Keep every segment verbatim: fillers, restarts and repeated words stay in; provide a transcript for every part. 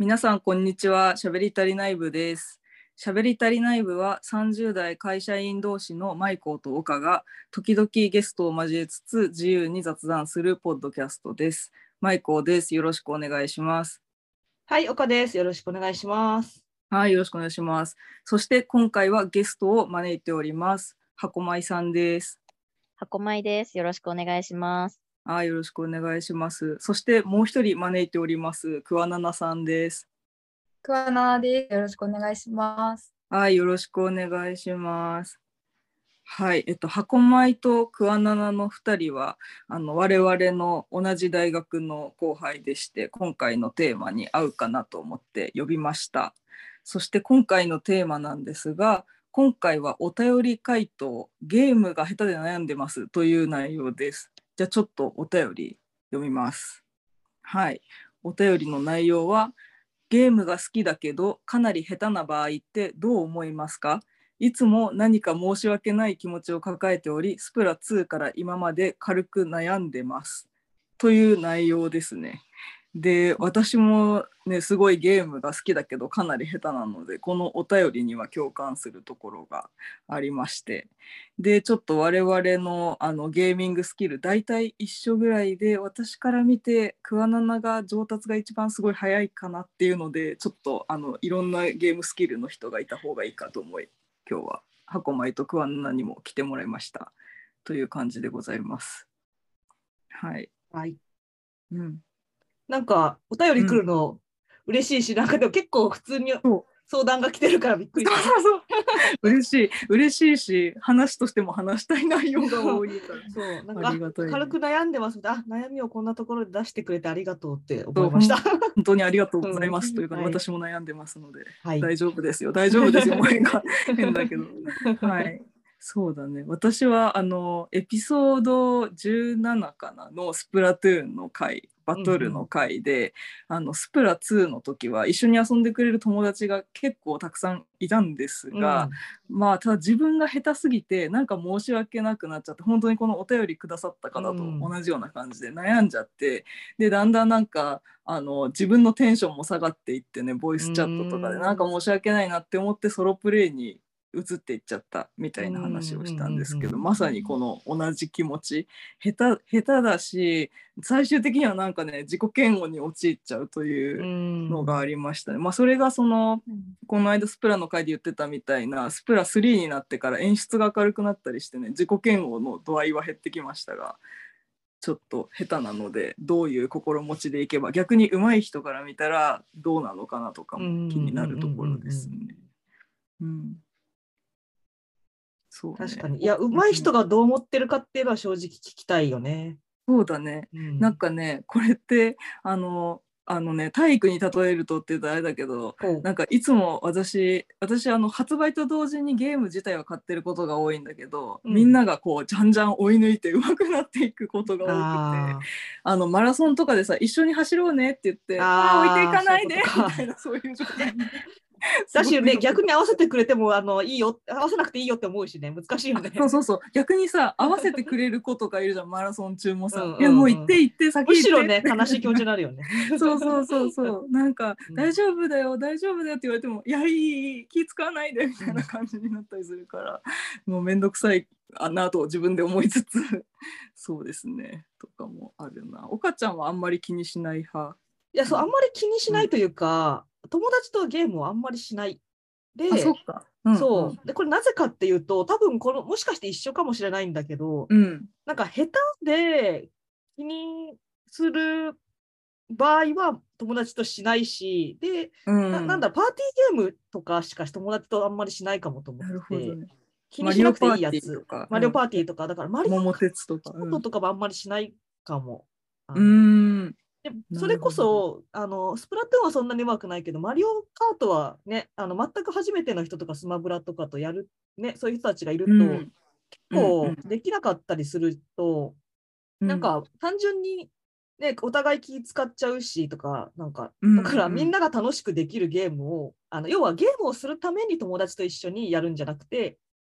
皆さん、こんにちは。しゃべり足りない部です。しゃべり足りない部はさんじゅう代会社員同士のマイコーとオカが時々ゲストを交えつつ自由に雑談するポッドキャストです。マイコーです。よろしくお願いします。 はい、岡です。よろしくお願いします。 はい、よろしくお願いします。そして今回はゲストを招いております。箱舞さんです。 箱舞です。よろしくお願いします。 はい、よろしくお願いします。そしてもう一人招いております。桑名奈さんです。 桑名です。よろしくお願いします。 はい、よろしくお願いします。はい、えっと、箱舞と桑名奈のふたりはあの我々の同じ大学の後輩でして、今回のテーマに合うかなと思って呼びました。そして今回のテーマなんですが、今回はお便り回答、ゲームが下手で悩んでますという内容です。じゃあちょっとお便り読みます。はい、お便りの内容は、ゲームが好きだけどかなり下手な場合ってどう思いますか？いつも何か申し訳ない気持ちを抱えており、スプラツーから今まで軽く悩んでますという内容ですね。で、私もね、すごいゲームが好きだけどかなり下手なので、このお便りには共感するところがありまして、で、ちょっと我々のあのゲーミングスキル大体一緒ぐらいで、私から見て桑名奈が上達が一番すごい早いかなっていうので、ちょっとあのいろんなゲームスキルの人がいた方がいいかと思い、今日は箱舞と桑名奈にも来てもらいましたという感じでございます。はい。 はい。 うん。 なんかお便り来るの嬉しいし、うん、なんかでも結構普通に相談が来てるからびっくりした。 そうそうそう嬉しい嬉しいし、話としても話したい内容が多いから。 そうなんかありがたい、ね、軽く悩んでます。あ、悩みをこんなところで出してくれてありがとうって思いました。 本当にありがとうございます、うん、というか、はい、私も悩んでますので、はい、大丈夫ですよ大丈夫ですよ前が変だけどはい。そうだね、私はあのエピソードじゅうななかなのスプラトゥーンの回、バトルの回で、うんうん、あのスプラツーの時は一緒に遊んでくれる友達が結構たくさんいたんですが、うん、まあただ自分が下手すぎてなんか申し訳なくなっちゃって、本当にこのお便りくださった方と同じような感じで悩んじゃって、でだんだんなんかあの自分のテンションも下がっていってね、ボイスチャットとかでなんか申し訳ないなって思ってソロプレイに移っていっちゃったみたいな話をしたんですけど、まさにこの同じ気持ち、下手、下手だし最終的にはなんかね自己嫌悪に陥っちゃうというのがありましたね。まあそれがそのこの間スプラの回で言ってたみたいな、スプラスリーになってから演出が明るくなったりしてね、自己嫌悪の度合いは減ってきましたが、ちょっと下手なのでどういう心持ちでいけば逆に上手い人から見たらどうなのかなとかも気になるところですね。うん。そうね、 確かに。いや、上手い人がどう思ってるかっていうのは正直聞きたいよね。 そうだね、うん、なんかねこれってあのあのね体育に例えるとって言うとあれだけど、なんかいつも私私あの発売と同時にゲーム自体は買ってることが多いんだけど、うん、みんながこうじゃんじゃん追い抜いて上手くなっていくことが多くて、ああのマラソンとかでさ一緒に走ろうねって言ってああ置いていかないでみたいな、そういう状態だしね、逆に合わせてくれてもあのいいよ、合わせなくていいよって思うしね、難しいよね。 そうそうそう、逆にさ合わせてくれる子とかいるじゃんマラソン中もさ、うんうんうん、いやもう行って行って先行って、 むしろね悲しい気持ちになるよね。 そうそうそうそうなんか、うん、大丈夫だよ大丈夫だよって言われてもいやいいいい気使わないでみたいな感じになったりするから、うん、もうめんどくさいなと自分で思いつつそうですねとかもあるな。岡ちゃんはあんまり気にしない派？ いやそう、あんまり気にしないというか、うん、友達とゲームをあんまりしないで、 あ、そっか、うんうん、 そうでこれなぜかっていうと、多分このもしかして一緒かもしれないんだけど、うん、なんか下手で気にする場合は友達としないし、で、うん、な, なんだパーティーゲームとかしか友達とあんまりしないかもと思って、ね、気にしなくていいやつ、マリオパーティーとか、だからマリオ桃鉄とかとかもあんまりしないかも。 うん、 でそれこそあのスプラトゥーンはそんなにうまくないけど、マリオカートはね、あの全く初めての人とかスマブラとかとやる、ね、そういう人たちがいると、うん、結構できなかったりすると、うん、なんか単純に、ね、お互い気使っちゃうしとか、なんかだからみんなが楽しくできるゲームを、あの要はゲームをするために友達と一緒にやるんじゃなくて、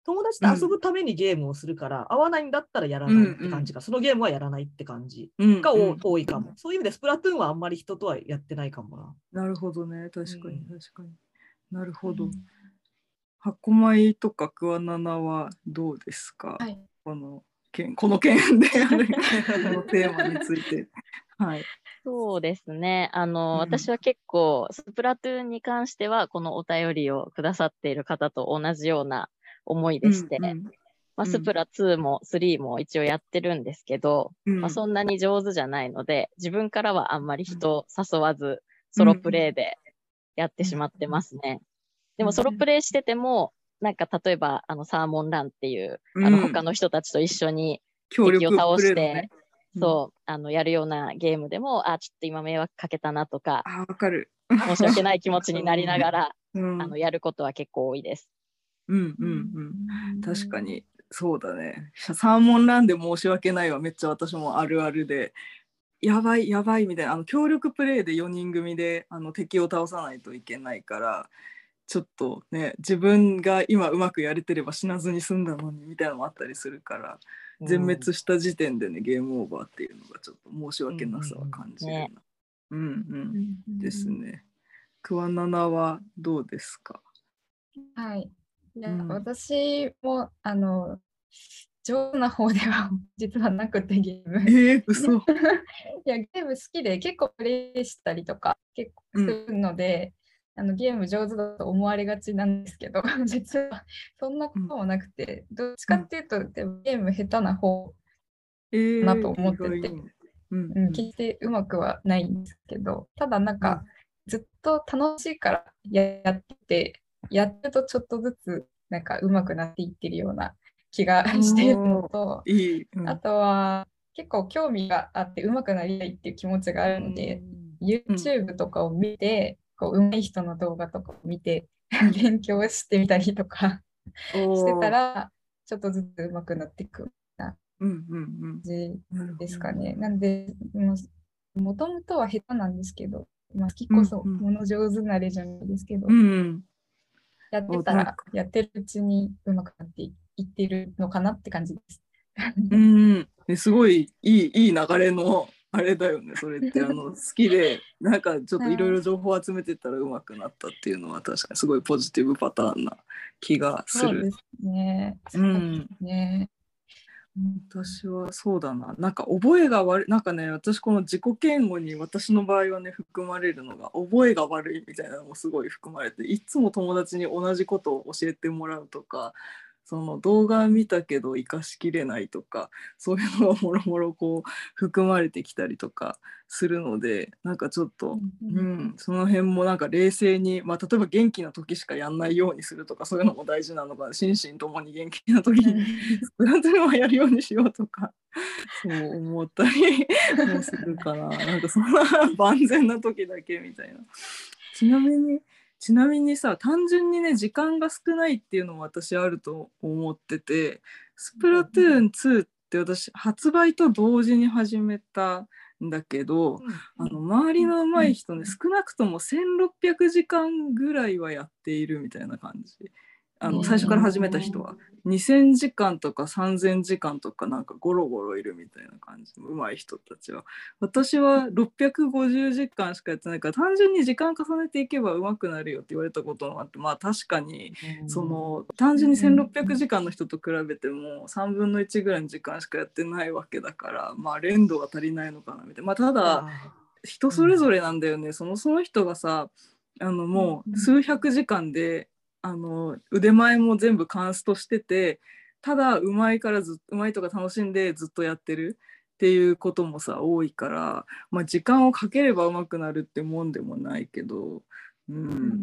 友達と遊ぶためにゲームをするから、うん、合わないんだったらやらないって感じか、うんうん、そのゲームはやらないって感じが、うんうん、多いかも。そういう意味でスプラトゥーンはあんまり人とはやってないかもな。 なるほどね、確かに確かに。うん、なるほど。箱米とか桑名菜はどうですか、はい、この件この件であるこのテーマについて。はい。 そうですね。あの、うん、私は結構スプラトゥーンに関してはこのお便りをくださっている方と同じような思いでして、うんうんまあ、スプラツーもスリーも一応やってるんですけど、うんまあ、そんなに上手じゃないので自分からはあんまり人を誘わずソロプレイでやってしまってますね。でもソロプレイしててもなんか例えばあのサーモンランっていう、うん、あの他の人たちと一緒に敵を倒して、ねうん、そうあのやるようなゲームでもあちょっと今迷惑かけたなとか、 あわかる申し訳ない気持ちになりながら、うん、あのやることは結構多いです。 うんうんうん、確かにそうだね。サーモンランで申し訳ないはめっちゃ私もあるあるで、やばいやばいみたいな、あの協力プレイでよにん組であの敵を倒さないといけないから、ちょっとね自分が今うまくやれてれば死なずに済んだのにみたいなのもあったりするから、うん、全滅した時点でねゲームオーバーっていうのがちょっと申し訳なさは感じるな。うんうん、うんうん、ですね。桑名菜はどうですか？ はい。いや、うん、私もあの上手な方では実はなくてゲーム。 えー、嘘。 いやゲーム好きで結構プレイしたりとか結構するので、うん、あのゲーム上手だと思われがちなんですけど実はそんなこともなくて、うん、どっちかっていうと、うん、でもゲーム下手な方なと思ってて、えーうんうん、決してうまくはないんですけど、ただなんか、うん、ずっと楽しいからやっててやってるとちょっとずつなんか上手くなっていってるような気がしているのと、 いいうん、 あとは結構興味があって上手くなりたいっていう気持ちがあるので、うん、YouTube とかを見てこう上手い人の動画とかを見て勉強してみたりとかしてたらちょっとずつ上手くなっていくな感じですかね。なんでもともとは下手なんですけど、まあ、好きこそもの上手なれじゃないですけど、 うんうん、 やってたらやってるうちにうまくなっていってるのかなって感じです。 うんすごいいい、いい流れのあれだよね。それってあの好きでなんかちょっといろいろ情報を集めてたらうまくなったっていうのは確かにすごいポジティブパターンな気がする。 そうですね。そうですね。 私はそうだな、なんか覚えが悪い、なんかね私この自己嫌悪に私の場合はね含まれるのが覚えが悪いみたいなのもすごい含まれて、いつも友達に同じことを教えてもらうとか、その動画見たけど生かしきれないとか、そういうのがもろもろこう含まれてきたりとかするので、なんかちょっと、うんうん、その辺もなんか冷静に、まあ、例えば元気な時しかやんないようにするとか、そういうのも大事なのかな、心身ともに元気な時にスプラトゥーンはやるようにしようとかそう思ったりもするかな。なんかそんな万全な時だけみたいな。ちなみにちなみにさ、単純にね時間が少ないっていうのも私あると思ってて、スプラトゥーンツーって私発売と同時に始めたんだけど、うん、あの周りの上手い人ね、少なくともせんろっぴゃくじかんぐらいはやっているみたいな感じ。あの最初から始めた人はにせんじかんとかさんぜんじかんとかなんかゴロゴロいるみたいな感じの上手い人たちは。私はろっぴゃくごじゅうじかんしかやってないから、単純に時間重ねていけば上手くなるよって言われたこともあって、まあ確かにその単純にせんろっぴゃくじかんの人と比べてもさんぶんのいちぐらいの時間しかやってないわけだから、まあ連動が足りないのかなみたいな。まあただ人それぞれなんだよね。そのその人がさ、あのもう数百時間であの腕前も全部カンストしてて、ただうまいからずうまいとか楽しんでずっとやってるっていうこともさ多いから、まあ、時間をかければうまくなるってもんでもないけど、うん、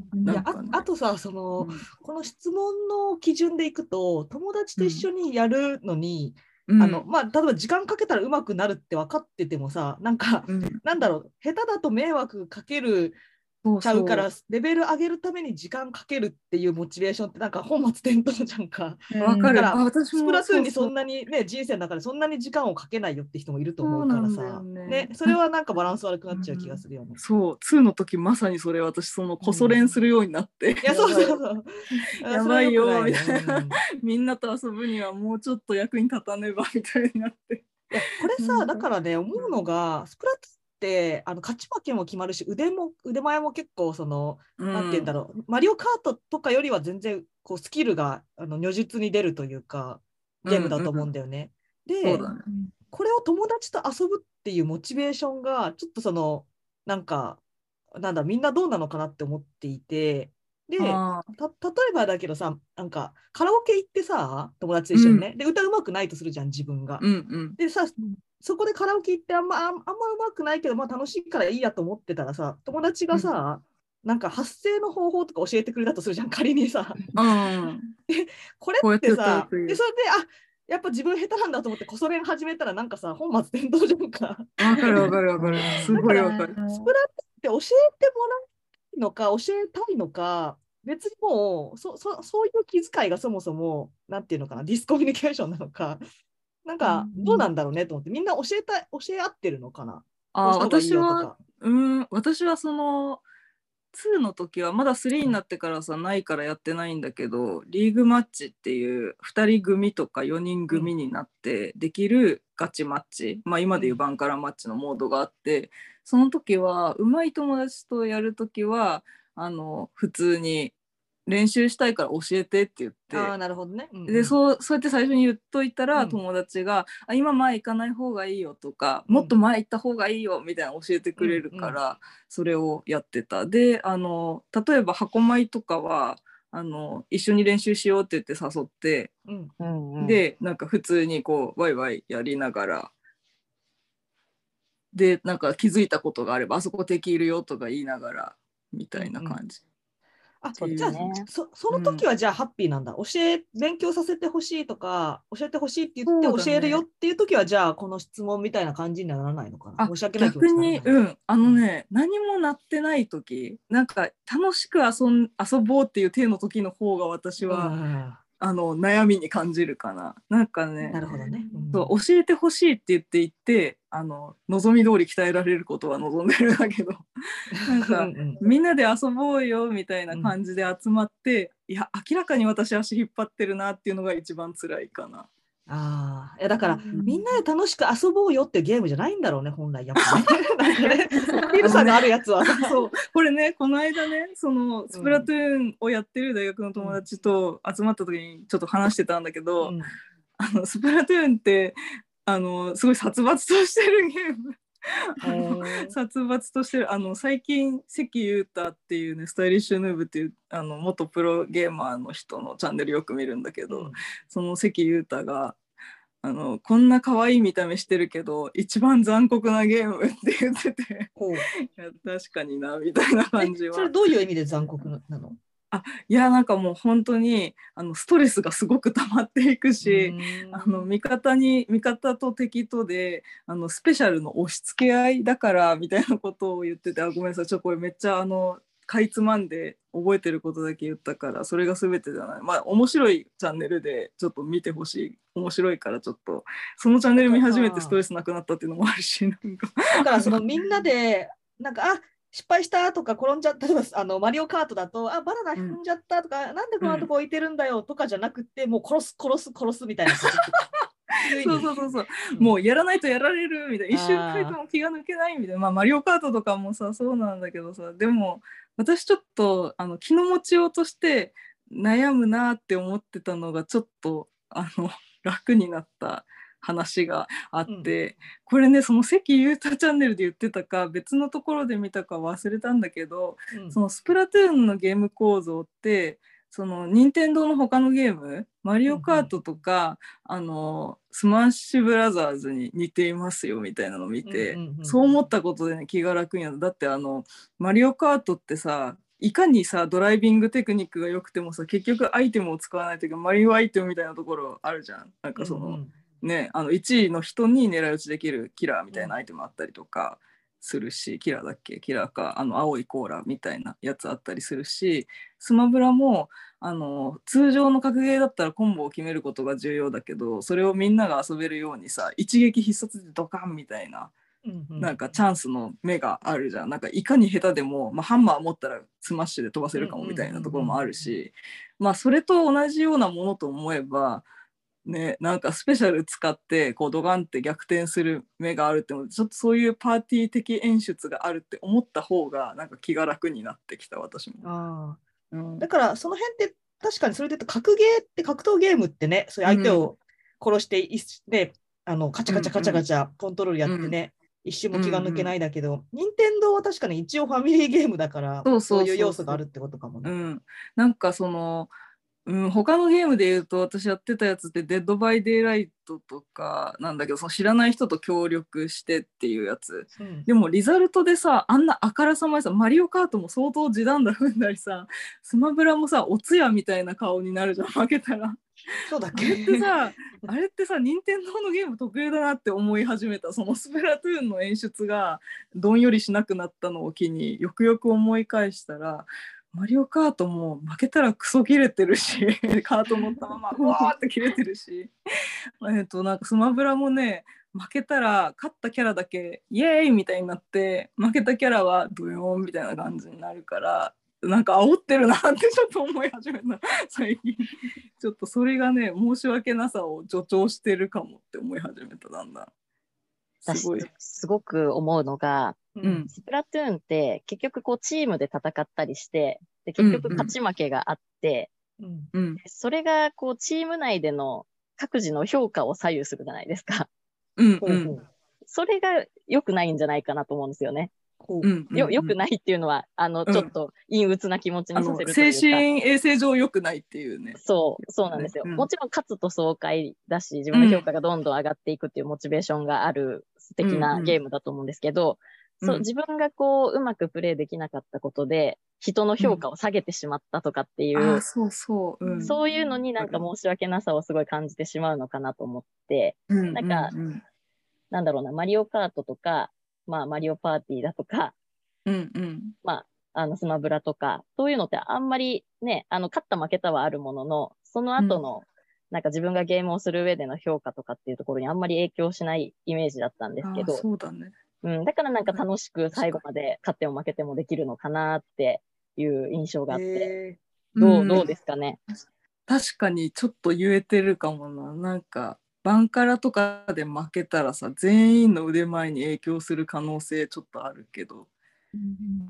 なんかね、いや あ, あとさその、うん、この質問の基準でいくと友達と一緒にやるのに、うんあのまあ、例えば時間かけたらうまくなるって分かっててもさ、なんか、うん、なんだろう、下手だと迷惑かけるちゃうから、レベル上げるために時間かけるっていうモチベーションってなんか本末転倒じゃんか。 わかる。 だからスプラトゥーンにそんなにね、人生の中でそんなに時間をかけないよって人もいると思うからさ、ねね、それはなんかバランス悪くなっちゃう気がするよね。 うん、そう、ツーの時まさにそれ、私そのこそ練するようになって、うん、 いやそうそうそうやばいよみたいな、うん、みんなと遊ぶにはもうちょっと役に立たねばみたいになって。 いやこれさ、だからね思うのが、スプラトゥーンってあの勝ち負けも決まるし、腕も腕前も結構その、うん、なんて言うんだろう、マリオカートとかよりは全然こうスキルがあの如実に出るというかゲームだと思うんだよね。うんうん、で、ね、これを友達と遊ぶっていうモチベーションがちょっとそのなんかなんだみんなどうなのかなって思っていて、でた例えばだけどさ、なんかカラオケ行ってさ友達と一緒にね、うん、で歌うまくないとするじゃん自分が。 うんうん、 でさそこでカラオケ行ってあんまあんまうまくないけど、まあ、楽しいからいいやと思ってたらさ、友達がさ、うん、なんか発声の方法とか教えてくれたとするじゃん仮にさ。うん、これってさでそれであやっぱ自分下手なんだと思ってこそ練始めたらなんかさ本末転倒じゃんか。 わかるわかるわかる。すごいわかる。 スプラトゥーンって教えてもらうのか教えたいのか、別にもう そ, そ, そういう気遣いがそもそもなんていうのかな、ディスコミュニケーションなのか、なんかどうなんだろうねと思って、みんな教えた教え合ってるのかな。 あ私はうん私はそのツーの時はまだスリーになってからさないからやってないんだけど、リーグマッチっていうふたり組とかよにん組になってできるガチマッチ、うん、まあ今でいうバンカラマッチのモードがあって、その時は上手い友達とやる時はあの普通に練習したいから教えてって言って、 あ、なるほどね、うんうん、 で そ, うそうやって最初に言っといたら、うん、友達があ今前行かない方がいいよとか、うん、もっと前行った方がいいよみたいな教えてくれるから、うんうん、それをやってた。であの例えば箱舞とかはあの一緒に練習しようって言って誘って、うんうんうん、でなんか普通にこうワイワイやりながら、でなんか気づいたことがあればあそこ敵いるよとか言いながらみたいな感じ、うんうん、 あじゃあ そ, その時はじゃあハッピーなんだ、うん、教え勉強させてほしいとか教えてほしいって言って教えるよっていう時は、じゃあこの質問みたいな感じにはならないのかな。申し訳ない逆に、うん、あのね、うん、何もなってない時、なんか楽しく 遊, ん遊ぼうっていう体の時の方が私は、うん、あの悩みに感じるかな。なんかね、 なるほどね、 うん、そう教えてほしいって言って言ってあの望み通り鍛えられることは望んでるんだけどなんかうん、みんなで遊ぼうよみたいな感じで集まって、うん、いや明らかに私足引っ張ってるなっていうのが一番辛いかな。 あいやだから、うん、みんなで楽しく遊ぼうよってゲームじゃないんだろうね本来やっぱね。なんかねヒルさんがあるやつはそうこれねこの間ねそのスプラトゥーンをやってる大学の友達と集まった時にちょっと話してたんだけど、うん、あのスプラトゥーンってあのすごい殺伐としてるゲーム殺伐としてる。あの最近関裕太っていうねスタイリッシュヌーブっていうあの元プロゲーマーの人のチャンネルよく見るんだけど、うん、その関裕太があのこんな可愛い見た目してるけど一番残酷なゲームって言ってていや確かになみたいな感じは。 それどういう意味で残酷なの？ あいやなんかもう本当にあのストレスがすごく溜まっていくし、あの味方に味方と敵とであのスペシャルの押し付け合いだからみたいなことを言ってて、あごめんなさいちょっとこれめっちゃあのかいつまんで覚えてることだけ言ったからそれが全てじゃない。まあ面白いチャンネルでちょっと見てほしい。面白いからちょっとそのチャンネル見始めてストレスなくなったっていうのもあるし、なんかだからそのみんなでなんかあ失敗したとか転んじゃったとか、あのマリオカートだとあバナナ踏んじゃったとか、うん、なんでこんなとこ置いてるんだよとかじゃなくて、うん、もう殺す殺す殺すみたいなそうそうそうそう、うん、もうやらないとやられるみたいな、一瞬たりとも気が抜けないみたいな。まあマリオカートとかもさそうなんだけどさ、でも私ちょっとあの気の持ちようとして悩むなって思ってたのがちょっとあの楽になった話があって、うん、これねその関裕太チャンネルで言ってたか別のところで見たか忘れたんだけど、うん、そのスプラトゥーンのゲーム構造ってその任天堂の他のゲームマリオカートとか、うんうん、あのスマッシュブラザーズに似ていますよみたいなのを見て、うんうんうん、そう思ったことで、ね、気が楽になる。だってあのマリオカートってさいかにさドライビングテクニックが良くてもさ結局アイテムを使わないというかマリオアイテムみたいなところあるじゃん。なんかその、うんうんね、あのいちいの人に狙い撃ちできるキラーみたいなアイテムあったりとか、 するし、キラだっけ、キラかあの青いコーラみたいなやつあったりするし、スマブラもあの通常の格ゲーだったらコンボを決めることが重要だけど、それをみんなが遊べるようにさ、一撃必殺でドカンみたいな、 うんうん、 なんかチャンスの目があるじゃん。なんかいかに下手でも、まあ、ハンマー持ったらスマッシュで飛ばせるかもみたいなところもあるし、まあそれと同じようなものと思えばね、なんかスペシャル使ってこうドガンって逆転する目があるっての、ちょっとそういうパーティー的演出があるって思った方がなんか気が楽になってきた、私も。 あ、 うん、 だからその辺って確かにそれで言うと格ゲーって格闘ゲームってね、そういう相手を殺して、うんね、あのカチャカチャカチャカチャコントロールやってね、うん、一瞬も気が抜けないだけど、任天堂は確かに一応ファミリーゲームだからそういう要素があるってことかもね。 うん、なんかそのうん、他のゲームで言うと私やってたやつってデッドバイデイライトとかなんだけど、その知らない人と協力してっていうやつ、うん、でもリザルトでさ、あんなあからさまにさ、マリオカートも相当地団打踏んだりさ、スマブラもさおつやみたいな顔になるじゃん、負けたら。 そうだっけ。 あれってさあれってさ任天堂のゲーム特有だなって思い始めた。そのスプラトゥーンの演出がどんよりしなくなったのを機によくよく思い返したら、マリオカートも負けたらクソ切れてるしカート乗ったままうわーって切れてるしえっとなんかスマブラもね、負けたら勝ったキャラだけイエーイみたいになって、負けたキャラはドヨーンみたいな感じになるから、なんか煽ってるなってちょっと思い始めた最近。ちょっとそれがね、申し訳なさを助長してるかもって思い始めた。だんだんすごいすごく思うのが、うん、スプラトゥーンって結局こうチームで戦ったりして、で結局勝ち負けがあって、うんうん、それがこうチーム内での各自の評価を左右するじゃないですか。 うんうん、 それが良くないんじゃないかなと思うんですよね。うんうんうん、よ, よくないっていうのはあの、うん、ちょっと陰鬱な気持ちにさせるというか、 精神衛生上良くないっていうね。 そうそうなんですよ、うん、もちろん勝つと爽快だし、自分の評価がどんどん上がっていくっていうモチベーションがある素敵なゲームだと思うんですけど、うんうん、そう自分がこううまくプレイできなかったことで人の評価を下げてしまったとかっていう、うん、 あそうそう、うん、 そういうのになんか申し訳なさをすごい感じてしまうのかなと思って、うん、なんか、うんうん、なんだろうな、マリオカートとか、まあ、マリオパーティーだとか、 うんうん、 まあ、あのスマブラとかそういうのってあんまりね、あの勝った負けたはあるものの、その後の、うん、なんか自分がゲームをする上での評価とかっていうところにあんまり影響しないイメージだったんですけど、 そうだね、 うん、だからなんか楽しく最後まで勝っても負けてもできるのかなっていう印象があって、えー、どう、どうですかね。 確かにちょっと言えてるかもな。なんかバンカラとかで負けたらさ、全員の腕前に影響する可能性ちょっとあるけど、うん、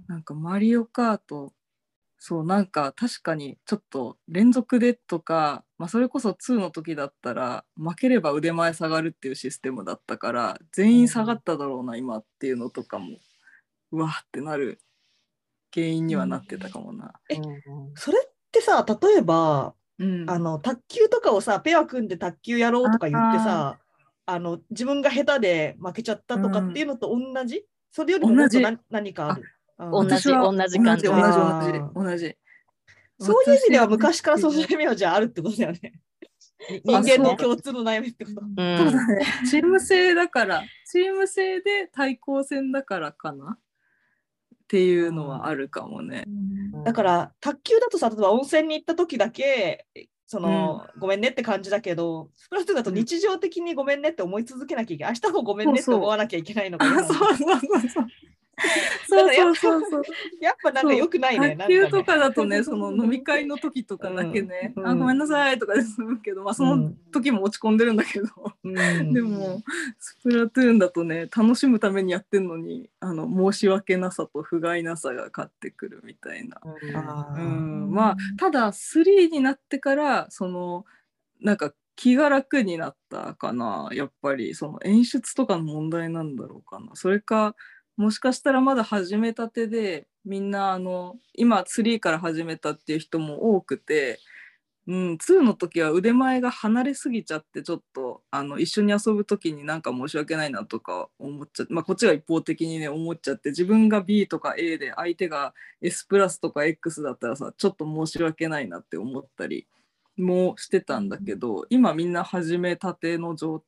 なんかマリオカート、そうなんか確かにちょっと連続でとか、まあ、それこそツーの時だったら負ければ腕前下がるっていうシステムだったから全員下がっただろうな、うん、今っていうのとかもうわってなる原因にはなってたかもな。 うん、えそれってさ、例えば、うん、あの卓球とかをさペア組んで卓球やろうとか言ってさ、ああの自分が下手で負けちゃったとかっていうのと同じ、うん、それよりももっと何かある。 同じ同じ感じ、 同じ同じ同じ。 そういう意味では昔からそういう悩みはじゃああるってことだよね。人間の共通の悩みってこと。 そうだね。チーム制だから、チーム制で対抗戦だからかなっていうのはあるかもね。 だから卓球だとさ、例えば温泉に行った時だけその、うん、ごめんねって感じだけど、スプラトゥーンだと日常的にごめんねって思い続けなきゃいけない、明日もごめんねって思わなきゃいけないのが嫌なんだ。 そうそうそうそう。そうそうそうそう。 やっぱなんか良くないね。 卓球とかだとね、その飲み会の時とかだけね、うん、あごめんなさいとかで済むけど、まあその時も落ち込んでるんだけど、うん、でもスプラトゥーンだとね、楽しむためにやってんのに、あの申し訳なさと不甲斐なさが勝ってくるみたいな。うん、うん、まあただスリーになってからそのなんか気が楽になったかな。やっぱりその演出とかの問題なんだろうかな。それかもしかしたらまだ始めたてでみんなあの今スリーから始めたっていう人も多くて、うん、ツーの時は腕前が離れすぎちゃってちょっとあの一緒に遊ぶ時になんか申し訳ないなとか思っちゃって、まあ、こっちが一方的にね思っちゃって、自分が ビー とか エー で相手が エス プラスとか エックス だったらさちょっと申し訳ないなって思ったりもしてたんだけど、今みんな始めたての状態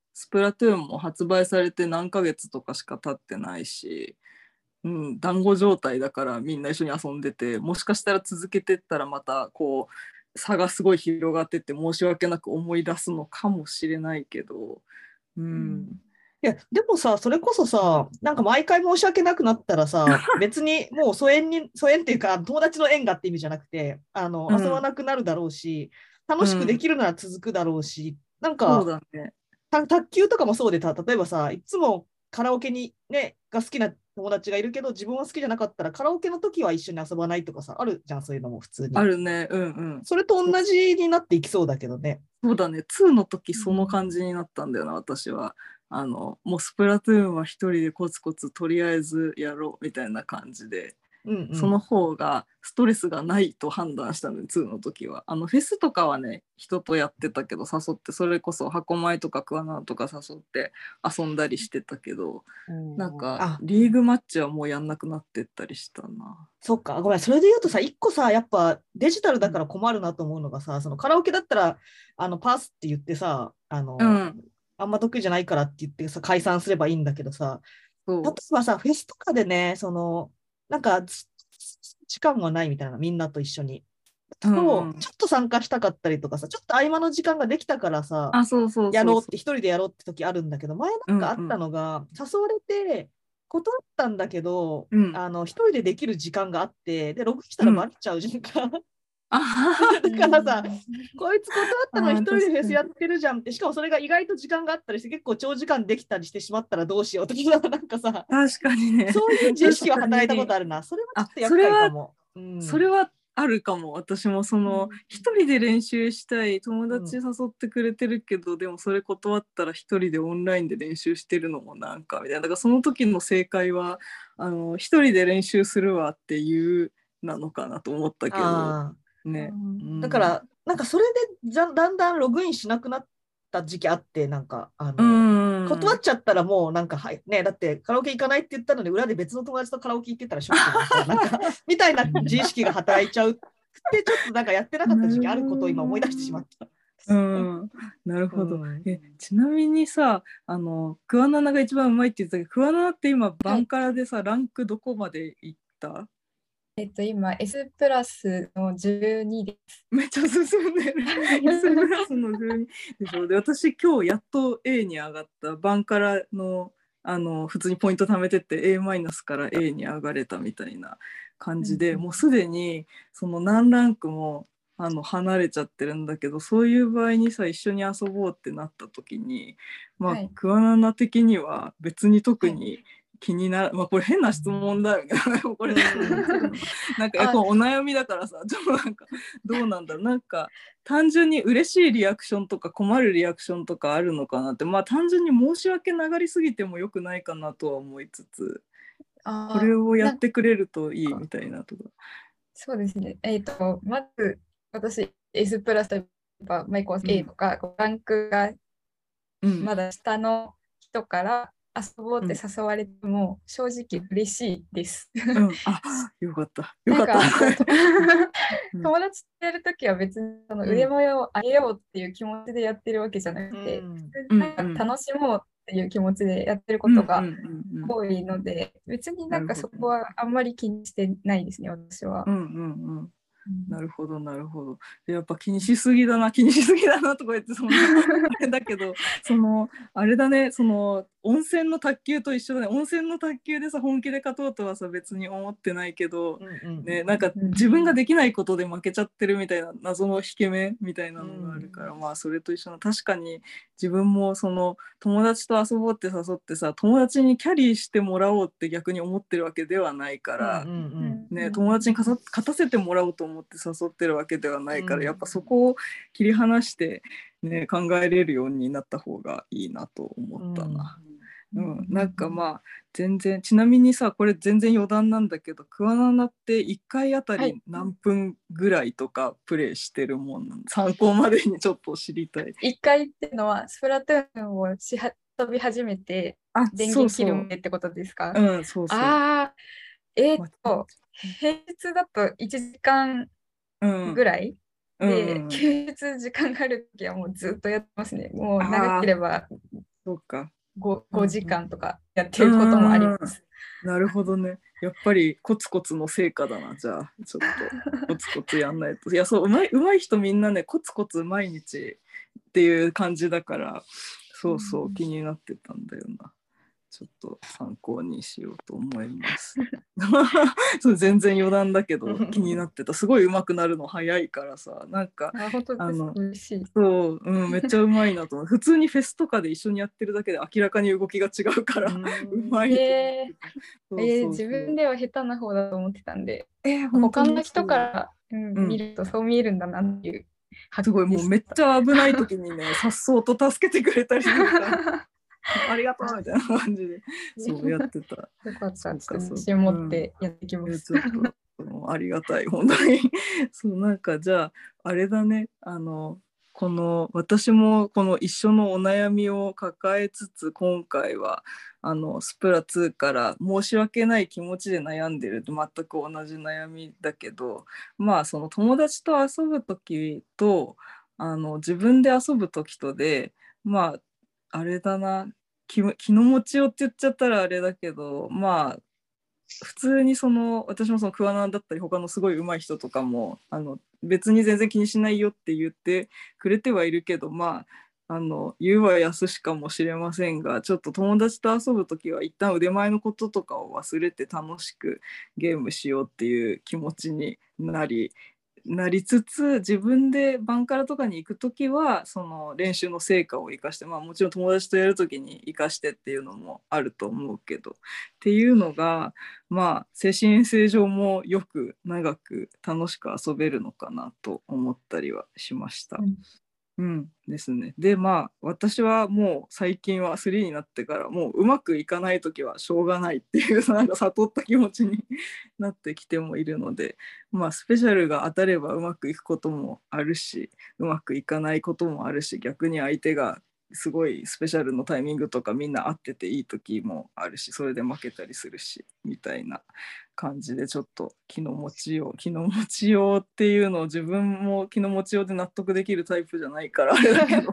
スプラトゥーンも発売されて何ヶ月とかしか経ってないし、うん、団子状態だからみんな一緒に遊んでて、もしかしたら続けてったらまたこう差がすごい広がってって申し訳なく思い出すのかもしれないけど、うん、うんいや、でもさ、それこそさ、なんか毎回申し訳なくなったらさ、別にもう疎遠に、疎遠っていうか、友達の縁がって意味じゃなくて、あの、 うん、 遊ばなくなるだろうし、楽しくできるなら続くだろうし、うん、なんか、 そうだね、 た卓球とかもそうでた、例えばさ、いつもカラオケにね、が好きな友達がいるけど、自分は好きじゃなかったら、カラオケの時は一緒に遊ばないとかさ、あるじゃん、そういうのも普通に。 あるね、うんうん。 それと同じになっていきそうだけどね。 そうだね、ツーの時その感じになったんだよな、私は。あのもうスプラトゥーンは一人でコツコツとりあえずやろうみたいな感じで、うんうん、その方がストレスがないと判断したので、ツーの時は。あのフェスとかはね、人とやってたけど、誘って、それこそ箱前とか桑名とか誘って遊んだりしてたけど、うん、なんかリーグマッチはもうやんなくなってったりしたな。 そっか、ごめん、それで言うとさ、一個さ、やっぱデジタルだから困るなと思うのがさ、うん、そのカラオケだったらあのパスって言ってさ、あの、うんあんま得意じゃないからって言ってさ解散すればいいんだけどさ、例えばさフェスとかでね、そのなんか時間がないみたいな、みんなと一緒に、うんうん、ちょっと参加したかったりとかさ、ちょっと合間の時間ができたからさ、 あそうそうそうそうやろうって一人でやろうって時あるんだけど、前なんかあったのが、うんうん、誘われて断ったんだけど、うん、あの一人でできる時間があって、でログしたらバレちゃうじゃんか、うんだからさ、こいつ断ったのに一人でフェスやってるじゃんって、しかもそれが意外と時間があったりして、結構長時間できたりしてしまったらどうしようとか、なんかさ、 確かにね、 そういう自意識は働いたことあるな。それはちょっと厄介かも。 それは、うん、それはあるかも。私もその一、うん、人で練習したい、友達誘ってくれてるけど、うん、でもそれ断ったら一人でオンラインで練習してるのもなんかみたいな。だからその時の正解はあの一人で練習するわっていうなのかなと思ったけど。ね、 うん、だからなんかそれでじゃだんだんログインしなくなった時期あって、なんかあの、うん、断っちゃったらもうなんか、はいね、だってカラオケ行かないって言ったので裏で別の友達とカラオケ行ってたらショックでさなんかみたいな自意識が働いちゃうってちょっとなんかやってなかった時期あることを今思い出してしまった。 うん、なるほど、うん、えちなみにさ、あの桑名が一番うまいって言ってたけど、桑名って今バンカラでさ、はい、ランクどこまでいった？ えっと、今 S プラスのじゅうにです。 めっちゃ進んでる。S プラスのじゅうにでしょ。で、私今日やっと A に上がった。バンカラのあの普通にポイント貯めてって A マイナスから A に上がれたみたいな感じで、うん、もうすでにその何ランクもあの離れちゃってるんだけど、そういう場合にさ、一緒に遊ぼうってなった時に、まあ、はい、桑名的には別に特に、はい気になる、まあこれ変な質問だよねこれなんかこうお悩みだからさ、ちょっとなんかどうなんだろう、なんか単純に嬉しいリアクションとか困るリアクションとかあるのかなって、まあ単純に申し訳ながりすぎてもよくないかなとは思いつつ、これをやってくれるといいみたいなとか。 そうですね、えっとまず私 S プラスとかマイコース A とか、うん、ランクがまだ下の人から、うん遊ぼうって誘われても、うん、正直嬉しいです。 うん、あ、よかった。よかった。 友達とやるときは別にその腕前を上げようっていう気持ちでやってるわけじゃなくて、うん、なんか楽しもうっていう気持ちでやってることが多いので、別になんかそこはあんまり気にしてないですね、私は。 うんうんうん。なるほどなるほど。でやっぱ気にしすぎだな気にしすぎだなとか言ってそんなあれだけどそのあれだね、その温泉の卓球と一緒だね。温泉の卓球でさ本気で勝とうとはさ別に思ってないけど、うんうんね、なんか自分ができないことで負けちゃってるみたいな謎の引け目みたいなのがあるから、うん、まあそれと一緒の、確かに自分もその友達と遊ぼうって誘ってさ、友達にキャリーしてもらおうって逆に思ってるわけではないから、うんうんうんね、友達に勝たせてもらおうと思って誘ってるわけではないから、うん、やっぱそこを切り離して、ね、考えれるようになった方がいいなと思ったな。うんうん、なんかまあ全然、ちなみにさこれ全然余談なんだけど、桑名っていっかいあたり何分ぐらいとかプレイしてるもんなの、はい、参考までにちょっと知りたい。 いっかいっていうのはスプラトゥーンをしは飛び始めて電源切るまでってことですか？ うん、そうそう。 ああ、えー、っと平日だといちじかんぐらい、うん、で、うん、休日時間があるときはもうずっとやってますね。もう長ければそうか。 ご, ごじかんとかやってることもあります。 なるほどね。やっぱりコツコツの成果だな。じゃあちょっとコツコツやんないと。いやそう、うまいうまい人みんなねコツコツ毎日っていう感じだから、そうそう気になってたんだよな。ちょっと参考にしようと思います。そう全然余談だけど気になってた。すごい上手くなるの早いからさ、なんかあ本当です、 あの嬉しい。 そう、うん、めっちゃうまいなと思う。普通にフェスとかで一緒にやってるだけで明らかに動きが違うからうまいと思ってた。そうそうそう、 えー、自分では下手な方だと思ってたんで、 えー、 他の人から、うん、 うん、 見るとそう見えるんだなっていう。 すごい、もうめっちゃ危ない時にね、さっそうと助けてくれたりするからありがとうみたいな感じでそうやってた。 よかった。ちょっと自信信持ってやってきます。 うん、ちょっとありがたい本当にそうなんかじゃああれだね、あのこの私もこの一緒のお悩みを抱えつつ今回はあのスプラツーから申し訳ない気持ちで悩んでると全く同じ悩みだけど、まあその友達と遊ぶ時とあの自分で遊ぶ時とでまああれだな、気, 気の持ちようって言っちゃったらあれだけど、まあ普通にその私もその桑名だったり他のすごい上手い人とかもあの別に全然気にしないよって言ってくれてはいるけど、まああの言うは易しかもしれませんが、ちょっと友達と遊ぶときは一旦腕前のこととかを忘れて楽しくゲームしようっていう気持ちになりなりつつ、自分でバンカラとかに行くときはその練習の成果を生かして、まあ、もちろん友達とやるときに生かしてっていうのもあると思うけどっていうのが、まあ精神衛生上もよく長く楽しく遊べるのかなと思ったりはしました。うんうん、ですね。でまあ私はもう最近はスリーになってからもううまくいかない時はしょうがないっていうなんか悟った気持ちになってきてもいるので、まあスペシャルが当たればうまくいくこともあるしうまくいかないこともあるし、逆に相手がすごいスペシャルのタイミングとかみんな合ってていい時もあるし、それで負けたりするしみたいな感じで、ちょっと気の持ちよう気の持ちようっていうのを自分も気の持ちようで納得できるタイプじゃないからあれだけど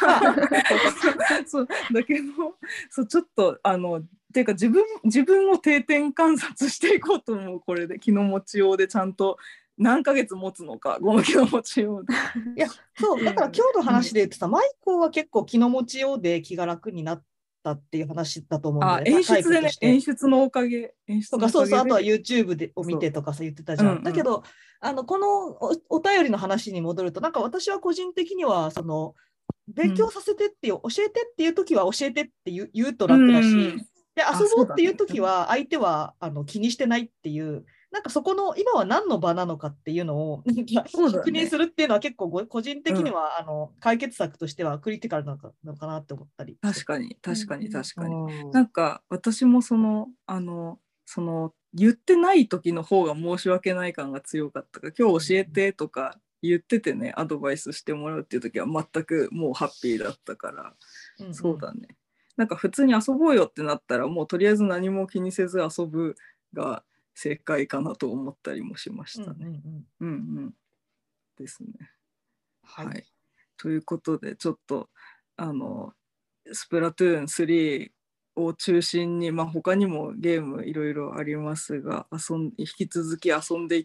そうだけどそうちょっとあのっていうか自分自分を定点観察していこうと思う。これで気の持ちようでちゃんと何ヶ月持つのか、この気の持ちようで。 いやそうだから今日の話で言ってさ、うん、マイコは結構気の持ちようで気が楽になったっていう話だと思うんだよね。 あ演出でね、演出のおかげ演出のおかげでとか、そうそう、あとは YouTube でを見てとかさ言ってたじゃん。うんうん、だけどあのこの お, お便りの話に戻ると、なんか私は個人的にはその勉強させてっていう、うん、教えてっていう時は教えてって言 う, 言うと楽だし、うん、で遊ぼうっていう時は相手はあの気にしてないっていう、なんかそこの今は何の場なのかっていうのを確認するっていうのは結構個人的には、うん、あの解決策としてはクリティカルなのか、なのかなって思ったり。 確かに確かに確かに、うん、なんか私もそのあのその言ってない時の方が申し訳ない感が強かったから、今日教えてとか言っててね、アドバイスしてもらうっていう時は全くもうハッピーだったから、うんうん、そうだね、なんか普通に遊ぼうよってなったらもうとりあえず何も気にせず遊ぶが正解かなと思ったりもしましたね。うんうん、うんうん、ですね。はい、はい、ということでちょっとあのスプラトゥーンスリーを中心に、まあ、他にもゲームいろいろありますが遊ん引き続き遊んでいって、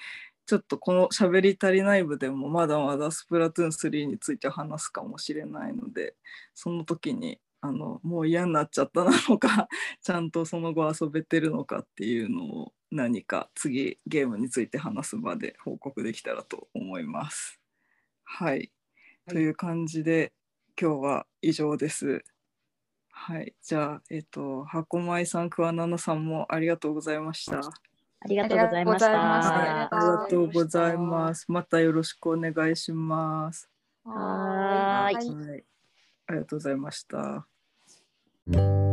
ちょっとこのしゃべり足りない部でもまだまだスプラトゥーンスリーについて話すかもしれないので、その時にあのもう嫌になっちゃったなのかちゃんとその後遊べてるのかっていうのを何か次ゲームについて話す場で報告できたらと思います。はい、はい、という感じで今日は以上です。はい、じゃあ、えっと、箱前さん、桑名さんもありがとうございました。 ありがとうございました。 ありがとうございます。またよろしくお願いします。 はい。 はい。ありがとうございました。